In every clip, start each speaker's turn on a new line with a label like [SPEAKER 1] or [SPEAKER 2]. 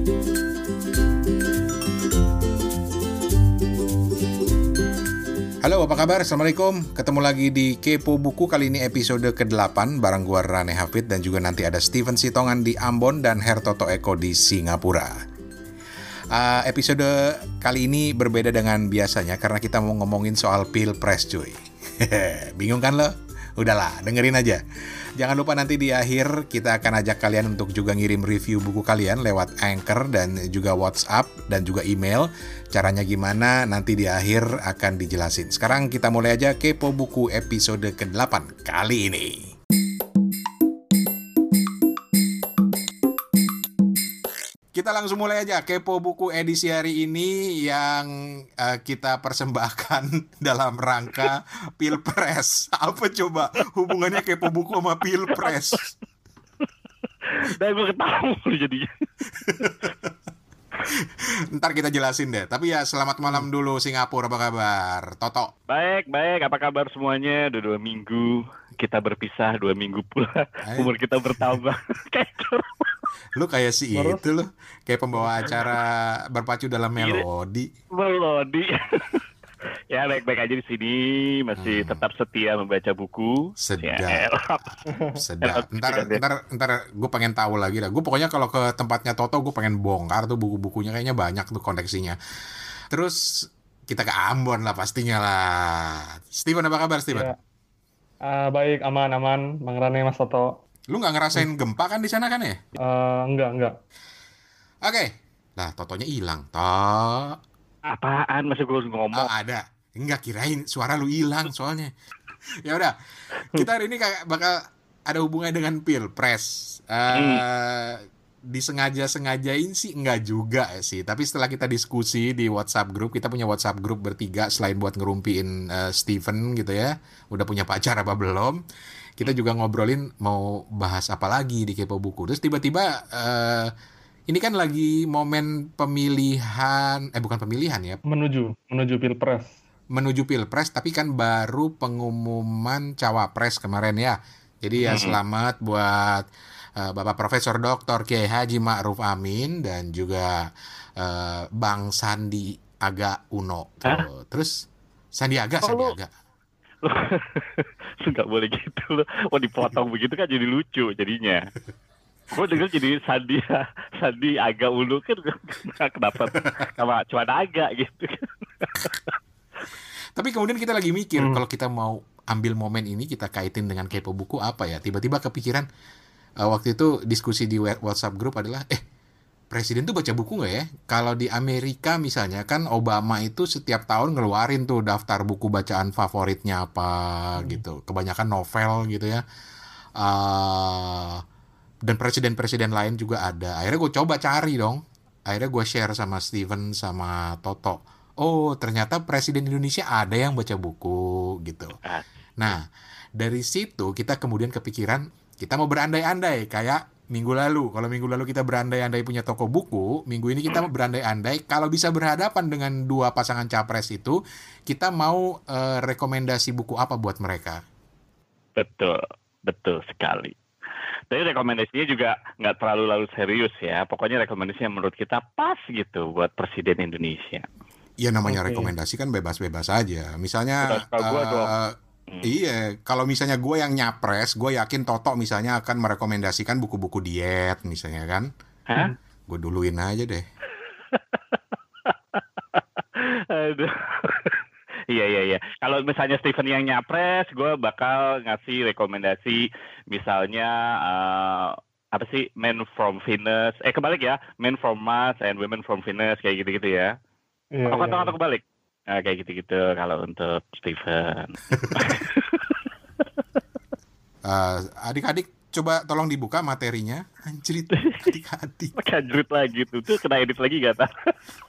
[SPEAKER 1] Halo, apa kabar? Assalamualaikum. Ketemu lagi di Kepo Buku, kali ini episode ke-8 bareng gua Rane Hafid dan juga nanti ada Steven Sitongan di Ambon dan Hertoto Eko di Singapura. Episode kali ini berbeda dengan biasanya karena kita mau ngomongin soal Pilpres, cuy. Bingung kan lo? Udahlah, dengerin aja. Jangan lupa nanti di akhir kita akan ajak kalian untuk juga ngirim review buku kalian lewat Anchor dan juga WhatsApp dan juga email. Caranya gimana nanti di akhir akan dijelasin. Sekarang kita mulai aja Kepo Buku episode ke-8 kali ini. Kita langsung mulai aja Kepo Buku edisi hari ini yang kita persembahkan dalam rangka Pilpres. Apa coba hubungannya Kepo Buku sama Pilpres?
[SPEAKER 2] Dan gue ketawa jadinya.
[SPEAKER 1] Ntar kita jelasin deh. Tapi ya selamat malam dulu Singapura, apa kabar? Toto.
[SPEAKER 2] Baik, apa kabar semuanya? Udah 2 minggu kita berpisah, 2 minggu pula umur kita bertambah.
[SPEAKER 1] Lu kayak si itu lu, kayak pembawa acara berpacu dalam melodi.
[SPEAKER 2] Ya baik-baik aja di sini, masih tetap setia membaca buku.
[SPEAKER 1] Sedap. Ntar gue pengen tahu lagi dah. Gue pokoknya kalau ke tempatnya Toto gue pengen bongkar tuh buku-bukunya, kayaknya banyak tuh koleksinya. Terus kita ke Ambon lah pastinya lah. Steven, apa kabar Steven?
[SPEAKER 3] Ya. Baik, aman, Bang Rane, Mas Toto.
[SPEAKER 1] Lu nggak ngerasain gempa kan di sana kan ya?
[SPEAKER 3] Enggak.
[SPEAKER 1] Oke. Nah, Totonya hilang. Toh.
[SPEAKER 2] Apaan? Masih gue ngomong?
[SPEAKER 1] Ada. Enggak, kirain suara lu hilang soalnya. Ya udah. Kita hari ini kayak bakal ada hubungannya dengan Pilpres. Disengaja-sengajain sih enggak juga sih. Tapi setelah kita diskusi di WhatsApp group, kita punya WhatsApp group bertiga selain buat ngerumpiin Steven gitu ya. Udah punya pacar apa belum? Kita juga ngobrolin mau bahas apa lagi di Kepo Buku. Terus tiba-tiba ini kan lagi momen pemilihan, bukan pemilihan ya.
[SPEAKER 3] Menuju Pilpres.
[SPEAKER 1] Menuju Pilpres, tapi kan baru pengumuman cawapres kemarin ya. Jadi ya selamat buat Bapak Profesor Dr. Kiai Haji Ma'ruf Amin dan juga Bang Sandiaga Uno. Terus Sandiaga.
[SPEAKER 2] Lu gak boleh gitu loh. Mau dipotong begitu kan jadi lucu jadinya. Gue denger jadi Sandi agak ulu kan. Kenapa cuma agak gitu.
[SPEAKER 1] Tapi kemudian kita lagi mikir kalau kita mau ambil momen ini kita kaitin dengan Kepo Buku apa ya. Tiba-tiba kepikiran waktu itu diskusi di WhatsApp group adalah presiden tuh baca buku nggak ya? Kalau di Amerika misalnya kan Obama itu setiap tahun ngeluarin tuh daftar buku bacaan favoritnya apa gitu. Kebanyakan novel gitu ya. Dan presiden-presiden lain juga ada. Akhirnya gue coba cari dong. Akhirnya gue share sama Steven sama Toto. Oh, ternyata presiden Indonesia ada yang baca buku gitu. Nah, dari situ kita kemudian kepikiran kita mau berandai-andai kayak minggu lalu. Kalau minggu lalu kita berandai-andai punya toko buku, minggu ini kita berandai-andai kalau bisa berhadapan dengan dua pasangan capres itu, kita mau rekomendasi buku apa buat mereka?
[SPEAKER 2] Betul sekali. Tapi rekomendasinya juga nggak terlalu serius ya. Pokoknya rekomendasi yang menurut kita pas gitu buat Presiden Indonesia.
[SPEAKER 1] Ya namanya rekomendasi kan bebas-bebas aja. Misalnya iya, kalau misalnya gue yang nyapres, gue yakin Toto misalnya akan merekomendasikan buku-buku diet misalnya kan.
[SPEAKER 2] Hah?
[SPEAKER 1] Gue duluin aja deh.
[SPEAKER 2] Aduh. Iya. Kalau misalnya Steven yang nyapres, gue bakal ngasih rekomendasi misalnya apa sih, Men from Venus. Kebalik ya, Men from Mars and Women from Venus kayak gitu-gitu ya. Atau kebalik. Nah, kayak gitu-gitu kalau untuk Steven.
[SPEAKER 1] Adik-adik coba tolong dibuka materinya. Anjrit, adik-adik.
[SPEAKER 2] Anjrit lagi tuh kena edit lagi gak tak?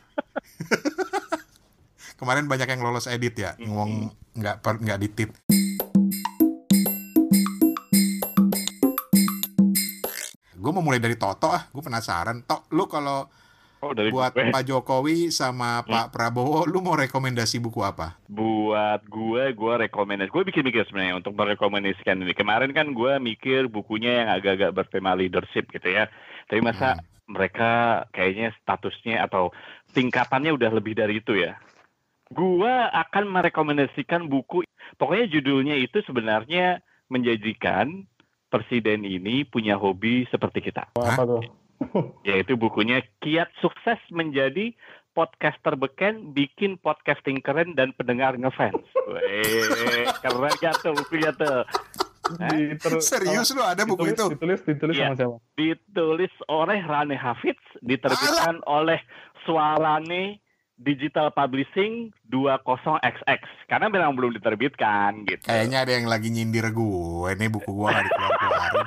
[SPEAKER 1] Kemarin banyak yang lolos edit ya, ngomong nggak ditit. Gue mau mulai dari Toto gue penasaran. Tok, lu kalau buat Pak Jokowi sama Pak Prabowo, lu mau rekomendasi buku apa?
[SPEAKER 2] Buat gue rekomendasi. Gue mikir sebenarnya untuk merekomendasikan ini. Kemarin kan gue mikir bukunya yang agak-agak bertema leadership gitu ya. Tapi mereka kayaknya statusnya atau tingkatannya udah lebih dari itu ya. Gua akan merekomendasikan buku, pokoknya judulnya itu sebenarnya menjanjikan presiden ini punya hobi seperti kita.
[SPEAKER 3] Apa tuh?
[SPEAKER 2] Yaitu bukunya Kiat Sukses Menjadi Podcaster Beken, Bikin Podcasting Keren dan Pendengar Ngefans. Weh, keren gak tuh bukunya tuh?
[SPEAKER 1] Serius lu ada buku itu?
[SPEAKER 3] Ditulis
[SPEAKER 2] Iya,
[SPEAKER 3] sama siapa?
[SPEAKER 2] ditulis oleh Rane Hafidz, diterbitkan oleh Suarane Digital Publishing 20XX. Karena memang belum diterbitkan gitu.
[SPEAKER 1] Kayaknya ada yang lagi nyindir gue. Nih buku gue gak dikeluarin.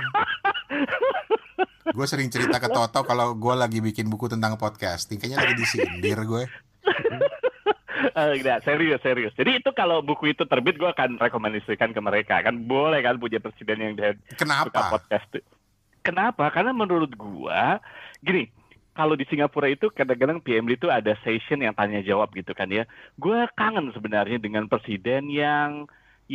[SPEAKER 1] Gue sering cerita ke Toto kalau gue lagi bikin buku tentang podcasting. Kayaknya lagi disindir gue.
[SPEAKER 2] Enggak, serius. Jadi itu kalau buku itu terbit, gue akan rekomendasikan ke mereka. Kan boleh kan punya presiden yang
[SPEAKER 1] Kenapa?
[SPEAKER 2] suka podcast. Kenapa? Karena menurut gue, gini, kalau di Singapura itu kadang-kadang PMD itu ada session yang tanya jawab gitu kan ya. Gue kangen sebenarnya dengan presiden yang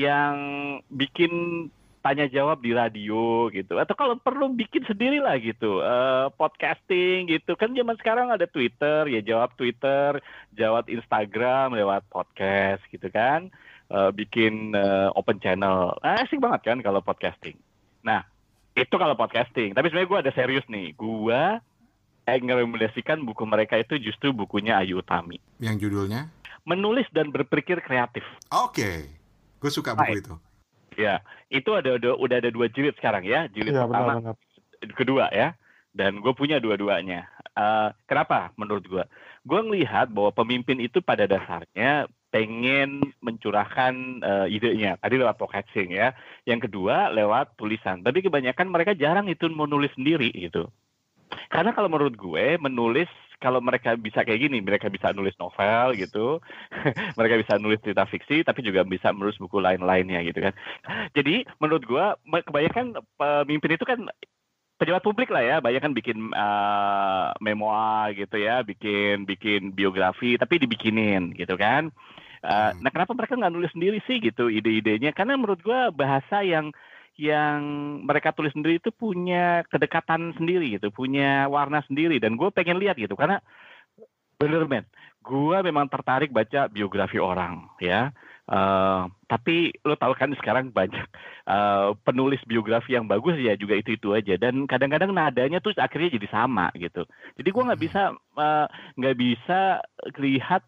[SPEAKER 2] bikin tanya jawab di radio gitu, atau kalau perlu bikin sendiri lah gitu, podcasting gitu kan. Zaman sekarang ada Twitter, ya jawab Twitter, jawab Instagram lewat podcast gitu kan. Bikin open channel, asik banget kan kalau podcasting. Nah itu kalau podcasting, tapi sebenarnya gue ada serius nih. Gue ngerekomendasikan buku mereka itu justru bukunya Ayu Utami
[SPEAKER 1] yang judulnya
[SPEAKER 2] Menulis dan Berpikir Kreatif.
[SPEAKER 1] Oke. Gue suka buku itu.
[SPEAKER 2] Ya, itu udah ada 2 jilid sekarang ya. Jilid pertama,
[SPEAKER 3] benar.
[SPEAKER 2] kedua ya. Dan gue punya dua-duanya. Kenapa menurut gue? Gue ngelihat bahwa pemimpin itu pada dasarnya pengen mencurahkan idenya. Tadi lewat podcasting ya. Yang kedua lewat tulisan. Tapi kebanyakan mereka jarang itu menulis sendiri gitu. Karena kalau menurut gue menulis, kalau mereka bisa kayak gini, mereka bisa nulis novel gitu, mereka bisa nulis cerita fiksi, tapi juga bisa menulis buku lain-lainnya gitu kan. Jadi menurut gue kebanyakan pemimpin itu kan pejabat publik lah ya, banyak kan bikin memoir gitu ya, bikin biografi, tapi dibikinin gitu kan. Nah kenapa mereka nggak nulis sendiri sih gitu ide-idenya? Karena menurut gue bahasa yang mereka tulis sendiri itu punya kedekatan sendiri gitu, punya warna sendiri, dan gue pengen lihat gitu. Karena bener men, gue memang tertarik baca biografi orang ya. Tapi lo tahu kan sekarang banyak penulis biografi yang bagus ya juga itu aja, dan kadang-kadang nadanya tuh akhirnya jadi sama gitu. Jadi gue nggak bisa lihat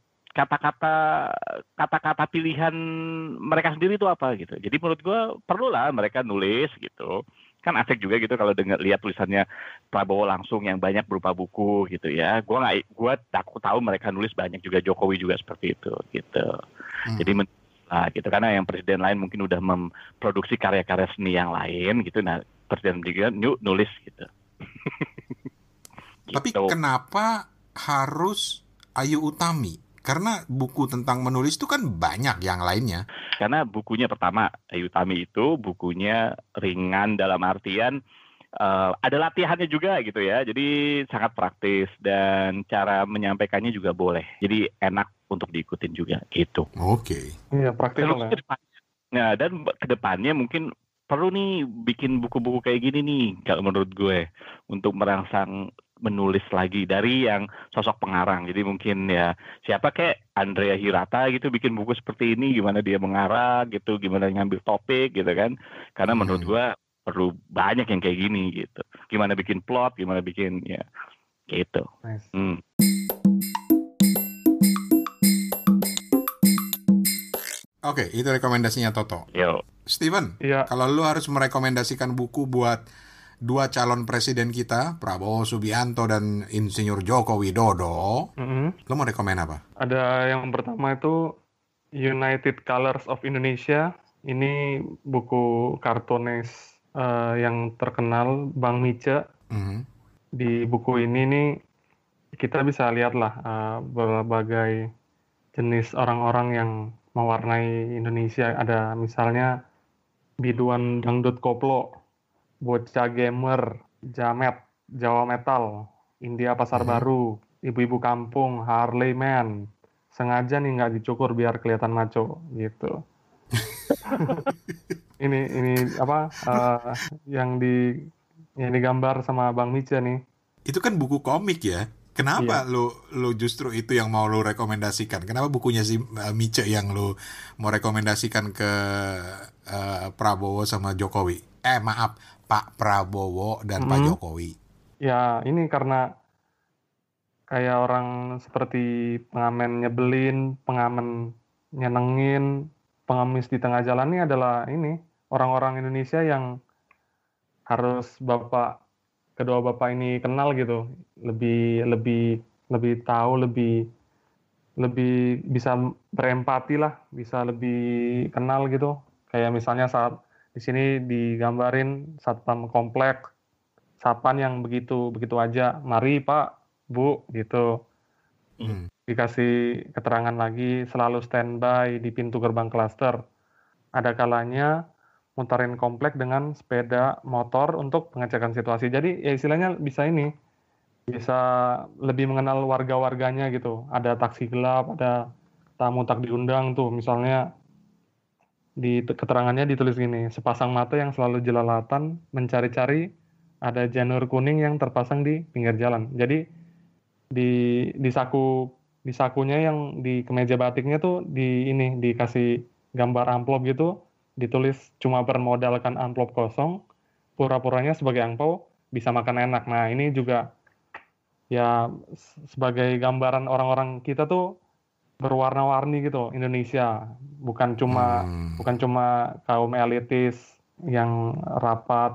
[SPEAKER 2] kata-kata pilihan mereka sendiri itu apa gitu. Jadi menurut gue perlulah mereka nulis gitu. Kan asik juga gitu kalau lihat tulisannya Prabowo langsung yang banyak berupa buku gitu ya. Gue tahu mereka nulis banyak juga, Jokowi juga seperti itu gitu. Jadi gitu, karena yang presiden lain mungkin udah memproduksi karya-karya seni yang lain gitu. Nah presiden juga nulis gitu.
[SPEAKER 1] Tapi kenapa harus Ayu Utami? Karena buku tentang menulis itu kan banyak yang lainnya.
[SPEAKER 2] Karena bukunya pertama, Ayu Utami itu bukunya ringan dalam artian ada latihannya juga gitu ya. Jadi sangat praktis dan cara menyampaikannya juga boleh. Jadi enak untuk diikutin juga gitu.
[SPEAKER 1] Oke.
[SPEAKER 3] Iya, praktikal ya.
[SPEAKER 2] Nah, dan kedepannya mungkin perlu nih bikin buku-buku kayak gini nih kalau menurut gue, untuk merangsang menulis lagi dari yang sosok pengarang. Jadi mungkin ya siapa kayak Andrea Hirata gitu bikin buku seperti ini, gimana dia mengarang gitu, gimana ngambil topik gitu kan. Karena menurut gua perlu banyak yang kayak gini gitu. Gimana bikin plot, gimana bikin ya gitu.
[SPEAKER 3] Nice.
[SPEAKER 1] Oke, itu rekomendasinya Toto.
[SPEAKER 2] Yo.
[SPEAKER 1] Steven,
[SPEAKER 3] Iya.
[SPEAKER 1] kalau lu harus merekomendasikan buku buat 2 calon presiden kita, Prabowo Subianto dan Insinyur Joko Widodo, lo mau rekomen apa?
[SPEAKER 3] Ada yang pertama itu United Colors of Indonesia. Ini buku kartunis yang terkenal, Bang Mice. Di buku ini nih kita bisa lihatlah berbagai jenis orang-orang yang mewarnai Indonesia. Ada misalnya biduan dangdut koplo, bocah gamer, jamet, Jawa metal, India Pasar Baru, ibu-ibu kampung, Harley man. Sengaja nih nggak dicukur biar kelihatan maco gitu. ini apa yang digambar sama Bang Mice nih.
[SPEAKER 1] Itu kan buku komik ya. Kenapa
[SPEAKER 3] Iya.
[SPEAKER 1] lo justru itu yang mau lo rekomendasikan? Kenapa bukunya si Mice yang lo mau rekomendasikan ke Prabowo sama Jokowi? Maaf, Pak Prabowo dan Pak
[SPEAKER 3] Mm,
[SPEAKER 1] Jokowi.
[SPEAKER 3] ya ini karena kayak orang seperti pengamen nyebelin, pengamen nyenengin, pengemis di tengah jalan ini adalah ini orang-orang Indonesia yang harus kedua bapak ini kenal gitu, lebih lebih lebih tahu, lebih lebih bisa berempati lah, bisa lebih kenal gitu. Kayak misalnya saat di sini digambarin satpam komplek, sapaan yang begitu begitu aja, mari Pak, Bu, gitu.
[SPEAKER 1] Hmm.
[SPEAKER 3] Dikasih keterangan lagi, selalu standby di pintu gerbang klaster. Ada kalanya muterin komplek dengan sepeda motor untuk pengecekan situasi. Jadi ya istilahnya bisa ini, bisa lebih mengenal warga-warganya gitu. Ada taksi gelap, ada tamu tak diundang tuh. Misalnya di keterangannya ditulis gini, sepasang mata yang selalu jelalatan mencari-cari ada janur kuning yang terpasang di pinggir jalan. Jadi di di sakunya yang di kemeja batiknya tuh dikasih gambar amplop gitu, ditulis cuma bermodalkan amplop kosong, pura-puranya sebagai angpau bisa makan enak. Nah, ini juga ya sebagai gambaran orang-orang kita tuh berwarna-warni gitu Indonesia, bukan cuma
[SPEAKER 1] Hmm.
[SPEAKER 3] bukan cuma kaum elitis yang rapat,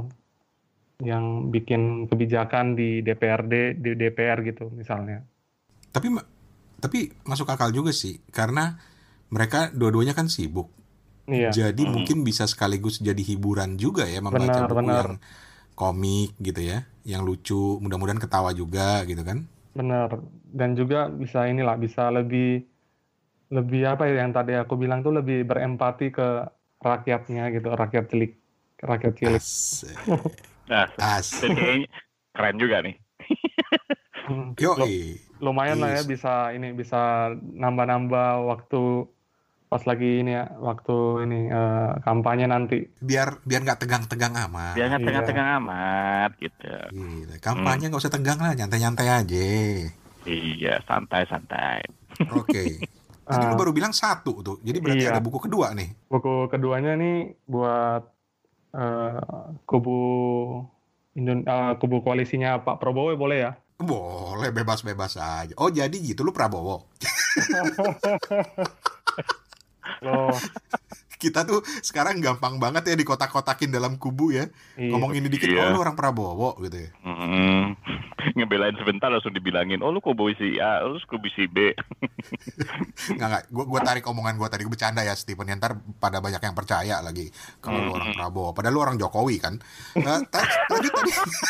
[SPEAKER 3] yang bikin kebijakan di DPRD, di DPR gitu misalnya.
[SPEAKER 1] Tapi tapi masuk akal juga sih, karena mereka dua-duanya kan sibuk.
[SPEAKER 3] Iya,
[SPEAKER 1] Jadi mungkin bisa sekaligus jadi hiburan juga ya membaca buku
[SPEAKER 3] benar-benar
[SPEAKER 1] yang komik gitu ya, yang lucu, mudah-mudahan ketawa juga gitu kan.
[SPEAKER 3] benar. Dan juga bisa inilah, bisa lebih lebih apa ya yang tadi aku bilang tuh lebih berempati ke rakyatnya gitu, rakyat cilik.
[SPEAKER 1] Asik.
[SPEAKER 2] Nah, dan
[SPEAKER 1] Asik.
[SPEAKER 2] kayaknya keren juga nih.
[SPEAKER 3] Hmm, lo-
[SPEAKER 1] Yoi.
[SPEAKER 3] lumayan lah ya
[SPEAKER 1] Is.
[SPEAKER 3] bisa nambah-nambah waktu pas lagi ini ya, waktu ini kampanye nanti.
[SPEAKER 1] Biar biar nggak tegang-tegang
[SPEAKER 2] Biar
[SPEAKER 1] amat.
[SPEAKER 2] nggak
[SPEAKER 3] Iya.
[SPEAKER 2] tengah-tengah amat gitu.
[SPEAKER 1] Gila,
[SPEAKER 2] Hmm,
[SPEAKER 1] kampanye nggak usah tegang lah, nyantai-nyantai aja.
[SPEAKER 2] iya, santai-santai.
[SPEAKER 1] Oke. Tadi lu
[SPEAKER 3] Ah,
[SPEAKER 1] baru bilang satu tuh, jadi berarti ada
[SPEAKER 3] iya,
[SPEAKER 1] buku kedua nih.
[SPEAKER 3] buku keduanya nih buat eh, kubu kubu koalisinya Pak Prabowo boleh ya?
[SPEAKER 1] Boleh, bebas-bebas aja. Oh jadi gitu, lu Prabowo.
[SPEAKER 3] Loh,
[SPEAKER 1] Kita tuh sekarang gampang banget ya dikotak-kotakin dalam kubu ya.
[SPEAKER 3] iya,
[SPEAKER 1] Ngomong ini dikit, oh lu
[SPEAKER 2] Iya.
[SPEAKER 1] orang Prabowo gitu ya.
[SPEAKER 2] Hmm. Ngebelain sebentar langsung dibilangin, oh lu kubu si A, lu kubu si B.
[SPEAKER 1] Nggak. Gue tarik omongan gue tadi, gue bercanda ya Stephen. Ya, ntar pada banyak yang percaya lagi kalau lu orang
[SPEAKER 2] Hmm.
[SPEAKER 1] Prabowo. Padahal lu orang Jokowi kan. Lanjut tadi.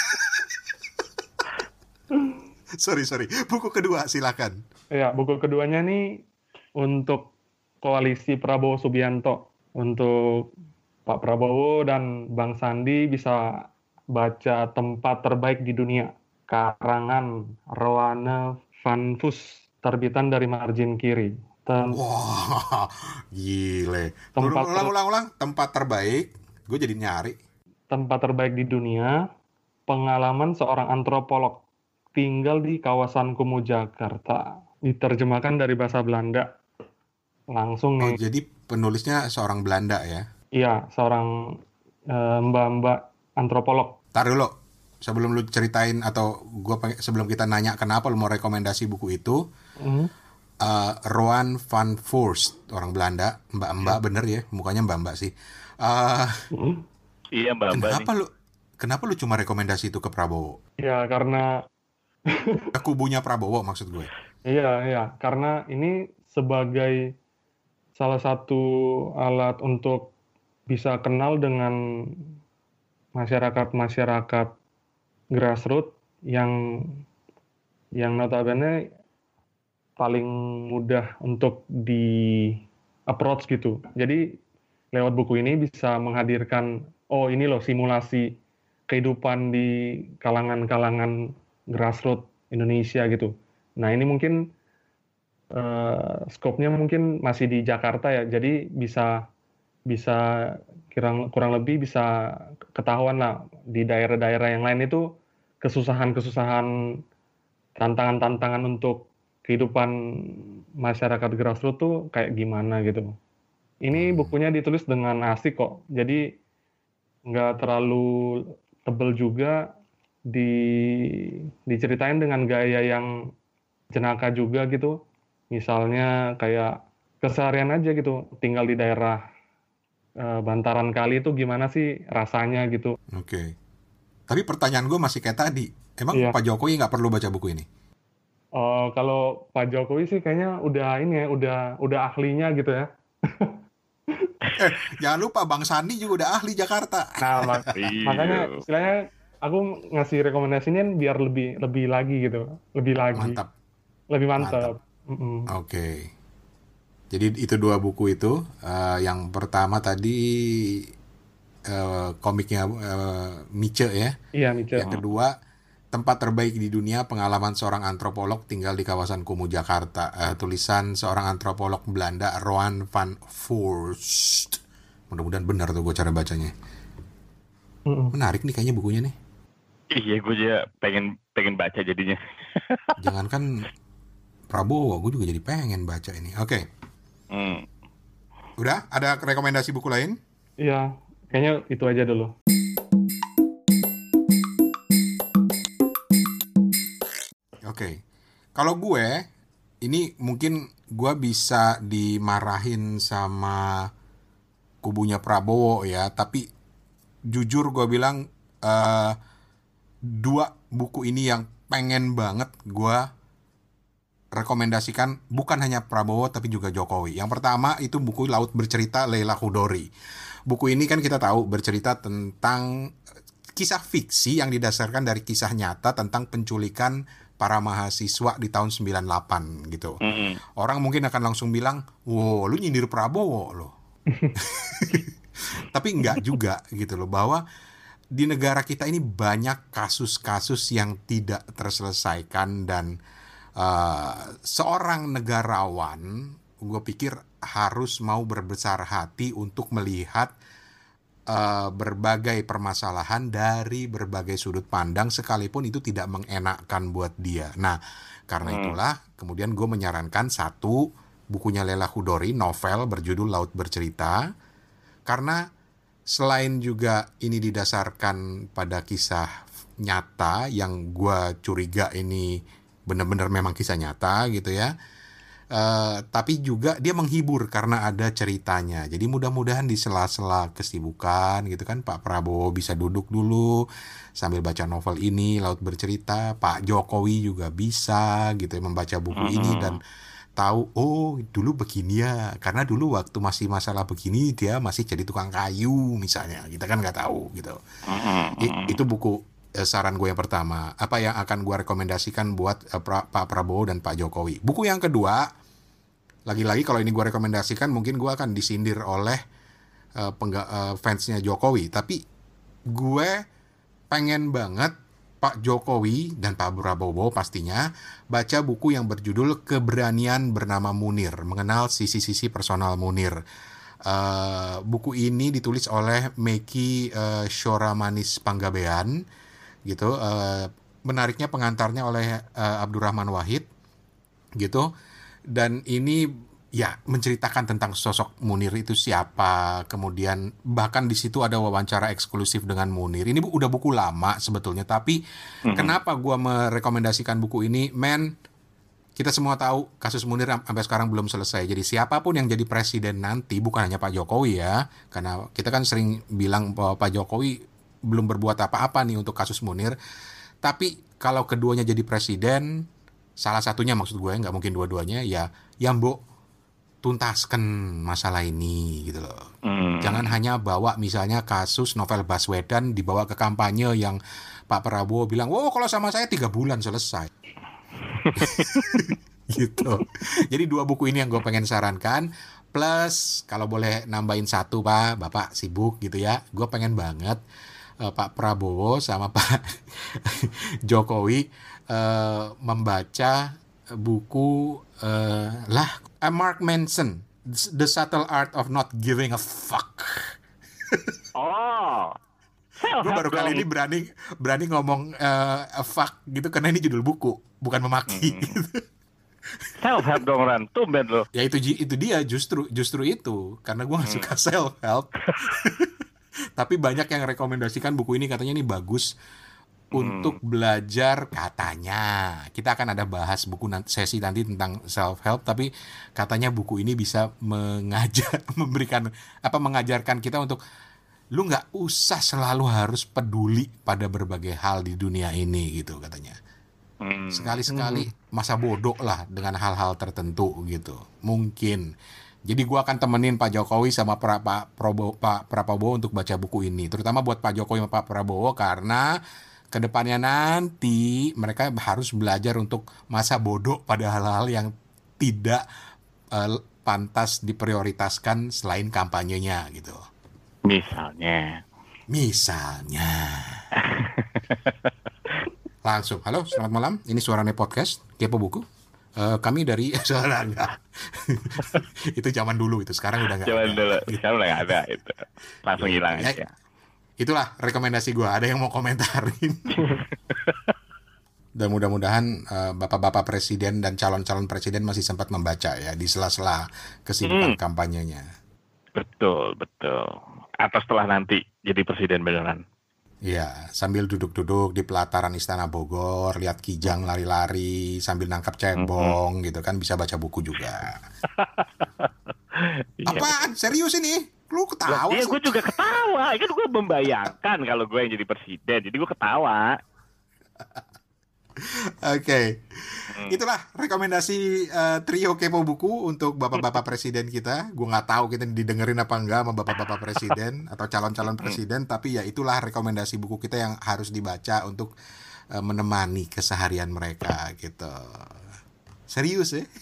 [SPEAKER 1] Sorry. Buku kedua, silakan.
[SPEAKER 3] ya buku keduanya nih untuk koalisi Prabowo Subianto, untuk Pak Prabowo dan Bang Sandi bisa baca Tempat Terbaik di Dunia, karangan Roane van Vos, terbitan dari margin kiri.
[SPEAKER 1] Wah, gile.
[SPEAKER 3] Tempat
[SPEAKER 1] Ulang. Tempat terbaik. Gue jadi nyari.
[SPEAKER 3] tempat terbaik di dunia, pengalaman seorang antropolog tinggal di kawasan Kumuh, Jakarta. Diterjemahkan dari bahasa Belanda. Langsung
[SPEAKER 1] Oh,
[SPEAKER 3] nih,
[SPEAKER 1] jadi penulisnya seorang Belanda ya.
[SPEAKER 3] iya, seorang mbak-mbak antropolog.
[SPEAKER 1] Tar dulu. Sebelum lu ceritain atau sebelum kita nanya kenapa lu mau rekomendasi buku itu,
[SPEAKER 3] Hmm,
[SPEAKER 1] Roan van Voorst, orang Belanda, mbak-mbak
[SPEAKER 3] ya.
[SPEAKER 1] bener ya, mukanya mbak-mbak sih. Eh,
[SPEAKER 3] Hmm.
[SPEAKER 2] Iya, Mbak nih.
[SPEAKER 1] kenapa lu cuma rekomendasi itu ke Prabowo?
[SPEAKER 3] Ya, karena
[SPEAKER 1] Ke kubunya Prabowo maksud gue.
[SPEAKER 3] karena ini sebagai salah satu alat untuk bisa kenal dengan masyarakat-masyarakat grassroots yang notabene paling mudah untuk di approach gitu. Jadi lewat buku ini bisa menghadirkan, oh ini loh simulasi kehidupan di kalangan-kalangan grassroots Indonesia gitu. Nah ini mungkin skopnya mungkin masih di Jakarta ya, jadi bisa bisa kurang lebih bisa ketahuan lah di daerah-daerah yang lain itu kesusahan-kesusahan, tantangan-tantangan untuk kehidupan masyarakat grassroots tuh kayak gimana gitu. Ini bukunya ditulis dengan asik kok, jadi nggak terlalu tebel juga, diceritain dengan gaya yang jenaka juga gitu. Misalnya kayak keseharian aja gitu, tinggal di daerah bantaran kali itu gimana sih rasanya gitu.
[SPEAKER 1] Oke. Tapi pertanyaan gue masih kayak tadi. Emang
[SPEAKER 3] Iya.
[SPEAKER 1] Pak Jokowi nggak perlu baca buku ini?
[SPEAKER 3] Kalau Pak Jokowi sih kayaknya udah ini ya, udah ahlinya gitu ya.
[SPEAKER 1] Jangan lupa Bang Sandi juga udah ahli Jakarta.
[SPEAKER 3] Nah, makanya
[SPEAKER 2] Iya.
[SPEAKER 3] istilahnya aku ngasih rekomendasinya biar lebih lagi gitu, lebih lagi,
[SPEAKER 1] Mantap,
[SPEAKER 3] lebih
[SPEAKER 1] mantap.
[SPEAKER 3] mantap. Mm-mm.
[SPEAKER 1] Oke. Jadi itu 2 buku itu. Yang pertama tadi komiknya Mice ya.
[SPEAKER 3] Iya, Mice.
[SPEAKER 1] Yang kedua, tempat terbaik di dunia, pengalaman seorang antropolog tinggal di kawasan Kumuh, Jakarta. Tulisan seorang antropolog Belanda, Roan van Voorst. Mudah-mudahan benar tuh gue cara bacanya.
[SPEAKER 3] Mm-mm.
[SPEAKER 1] Menarik nih kayaknya bukunya nih.
[SPEAKER 2] Iya, gue juga pengen baca jadinya.
[SPEAKER 1] Jangankan Prabowo, gue juga jadi pengen baca ini. Oke. Udah? Ada rekomendasi buku lain?
[SPEAKER 3] Iya, kayaknya itu aja dulu.
[SPEAKER 1] Oke. Kalau gue, ini mungkin gue bisa dimarahin sama kubunya Prabowo ya, tapi jujur gue bilang 2 buku ini yang pengen banget gue rekomendasikan, bukan hanya Prabowo tapi juga Jokowi. Yang pertama itu buku Laut Bercerita Leila Chudori. Buku ini kan kita tahu bercerita tentang kisah fiksi yang didasarkan dari kisah nyata tentang penculikan para mahasiswa di tahun 98 gitu. Orang mungkin akan langsung bilang, "Wow, lu nyindir Prabowo lo." Tapi enggak juga gitu loh, bahwa di negara kita ini banyak kasus-kasus yang tidak terselesaikan dan seorang negarawan, gue pikir harus mau berbesar hati untuk melihat berbagai permasalahan dari berbagai sudut pandang, sekalipun itu tidak mengenakkan buat dia. Nah, karena itulah kemudian gue menyarankan satu bukunya Leila Chudori, novel berjudul Laut Bercerita, karena selain juga ini didasarkan pada kisah nyata yang gue curiga ini benar-benar memang kisah nyata gitu ya. Tapi juga dia menghibur karena ada ceritanya. Jadi mudah-mudahan di sela-sela kesibukan gitu kan, Pak Prabowo bisa duduk dulu sambil baca novel ini, Laut Bercerita. Pak Jokowi juga bisa gitu ya membaca buku ini dan tahu, oh dulu begini ya, karena dulu waktu masih masalah begini dia masih jadi tukang kayu misalnya, kita kan nggak tahu gitu. Itu buku saran gue yang pertama, apa yang akan gue rekomendasikan buat Pak Prabowo dan Pak Jokowi. Buku yang kedua, lagi-lagi kalau ini gue rekomendasikan mungkin gue akan disindir oleh fansnya Jokowi, tapi gue pengen banget Pak Jokowi dan Pak Prabowo pastinya baca buku yang berjudul Keberanian Bernama Munir, mengenal sisi-sisi personal Munir. Buku ini ditulis oleh Meki Syoramanis Panggabean gitu. Menariknya pengantarnya oleh Abdurrahman Wahid gitu. Dan ini ya menceritakan tentang sosok Munir itu siapa, kemudian bahkan di situ ada wawancara eksklusif dengan Munir. Ini udah buku lama sebetulnya, tapi kenapa gue merekomendasikan buku ini? Kita semua tahu kasus Munir sampai sekarang belum selesai. Jadi siapapun yang jadi presiden nanti, bukan hanya Pak Jokowi ya, karena kita kan sering bilang bahwa Pak Jokowi belum berbuat apa-apa nih untuk kasus Munir. Tapi kalau keduanya jadi presiden, salah satunya maksud gue, nggak mungkin dua-duanya, ya yang tuntaskan masalah ini gitu loh. Jangan hanya bawa misalnya kasus Novel Baswedan dibawa ke kampanye yang Pak Prabowo bilang, wow kalau sama saya 3 bulan selesai. Gitu. Jadi 2 buku ini yang gue pengen sarankan. Plus kalau boleh nambahin satu Pak, Bapak sibuk gitu ya, gue pengen banget Pak Prabowo sama Pak Jokowi membaca buku Mark Manson, The Subtle Art of Not Giving a Fuck.
[SPEAKER 2] Oh,
[SPEAKER 1] Gue baru kali ini berani ngomong fuck gitu karena ini judul buku, bukan memaki. Gitu.
[SPEAKER 2] Self help dong Ran, tumben lo.
[SPEAKER 1] Ya itu dia justru itu karena gue nggak suka self help. Tapi banyak yang rekomendasikan buku ini, katanya ini bagus untuk belajar katanya. Kita akan ada bahas buku sesi nanti tentang self help, tapi katanya buku ini bisa mengajarkan kita untuk lu nggak usah selalu harus peduli pada berbagai hal di dunia ini gitu katanya. Sekali-sekali masa bodoh lah dengan hal-hal tertentu gitu. Mungkin. Jadi gue akan temenin Pak Jokowi sama Pak Prabowo untuk baca buku ini. Terutama buat Pak Jokowi sama Pak Prabowo karena kedepannya nanti mereka harus belajar untuk masa bodoh pada hal-hal yang tidak pantas diprioritaskan selain kampanyenya gitu.
[SPEAKER 2] Misalnya.
[SPEAKER 1] Langsung, halo, selamat malam. Ini Suarane Podcast, Kepo Buku. Kami dari suara enggak. Itu zaman dulu itu, sekarang udah enggak.
[SPEAKER 2] Sekarang udah enggak ada itu. Langsung hilang aja.
[SPEAKER 1] Itulah rekomendasi gue. Ada yang mau komentarin? Dan mudah-mudahan bapak-bapak presiden dan calon-calon presiden masih sempat membaca ya di sela-sela kesibukan kampanyenya.
[SPEAKER 2] Betul. Atau setelah nanti jadi presiden beneran.
[SPEAKER 1] Iya, sambil duduk-duduk di pelataran Istana Bogor, lihat Kijang lari-lari sambil nangkap cebong gitu kan, bisa baca buku juga. Apaan? Serius ini? Lu ketawa?
[SPEAKER 2] Iya, gue juga ketawa. Kan gue membayangkan kalau gue yang jadi presiden, jadi gue ketawa.
[SPEAKER 1] Oke. Itulah rekomendasi trio Kepo Buku untuk bapak-bapak presiden kita. Gue nggak tahu kita didengerin apa enggak sama bapak-bapak presiden atau calon-calon presiden, tapi ya itulah rekomendasi buku kita yang harus dibaca untuk menemani keseharian mereka gitu. Serius ya?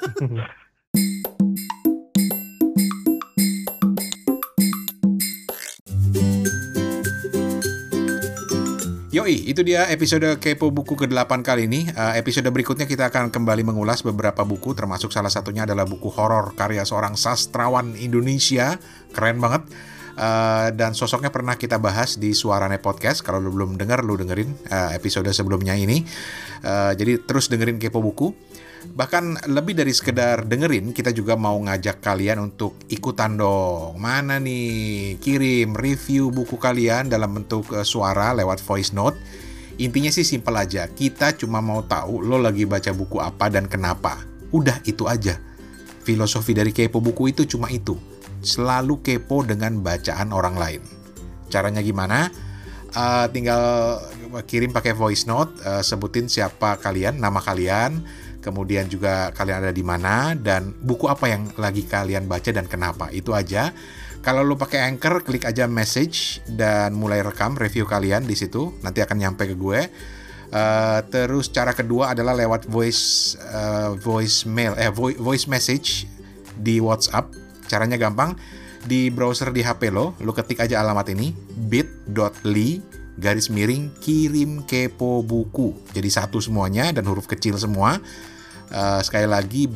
[SPEAKER 1] Yoi, itu dia episode Kepo Buku ke-8 kali ini. Episode berikutnya kita akan kembali mengulas beberapa buku, termasuk salah satunya adalah buku horor karya seorang sastrawan Indonesia. Keren banget. Dan sosoknya pernah kita bahas di Suarane Podcast. Kalau lu belum denger, lu dengerin episode sebelumnya ini. Jadi terus dengerin Kepo Buku. Bahkan lebih dari sekedar dengerin, kita juga mau ngajak kalian untuk ikutan dong. Mana nih? Kirim review buku kalian dalam bentuk suara lewat voice note. Intinya sih simpel aja. Kita cuma mau tahu lo lagi baca buku apa dan kenapa. Udah itu aja. Filosofi dari Kepo Buku itu cuma itu. Selalu kepo dengan bacaan orang lain. Caranya gimana? Tinggal kirim pakai voice note, sebutin siapa kalian, nama kalian, kemudian juga kalian ada di mana dan buku apa yang lagi kalian baca dan kenapa. Itu aja. Kalau lo pakai Anchor, klik aja message dan mulai rekam review kalian di situ. Nanti akan nyampe ke gue. Terus cara kedua adalah lewat voice message di WhatsApp. Caranya gampang. Di browser di HP lo ketik aja alamat ini, bit.ly/kirim kepo buku. Jadi satu semuanya dan huruf kecil semua. Sekali lagi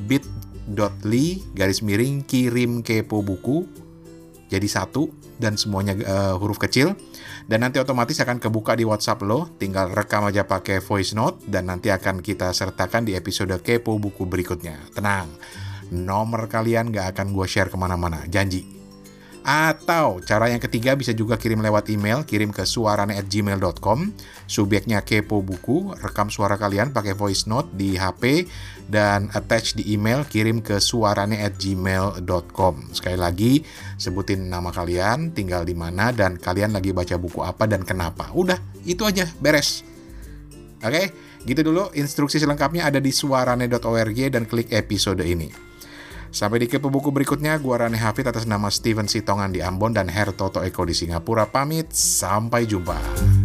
[SPEAKER 1] bit.ly/kirim kepo buku. Jadi satu dan semuanya huruf kecil. Dan nanti otomatis akan kebuka di WhatsApp lo. Tinggal rekam aja pakai voice note dan nanti akan kita sertakan di episode Kepo Buku berikutnya. Tenang, nomor kalian gak akan gue share kemana-mana, janji. Atau cara yang ketiga bisa juga kirim lewat email, kirim ke suarane@gmail.com. Subjeknya Kepo Buku, rekam suara kalian pakai voice note di HP dan attach di email, kirim ke suarane@gmail.com. Sekali lagi, sebutin nama kalian, tinggal di mana dan kalian lagi baca buku apa dan kenapa. Udah, itu aja, beres. Oke, gitu dulu. Instruksi selengkapnya ada di suarane.org dan klik episode ini. Sampai di Kepo Buku berikutnya, gua Rane Hafid atas nama Steven Sitongan di Ambon dan Hertoto Eko di Singapura pamit, sampai jumpa.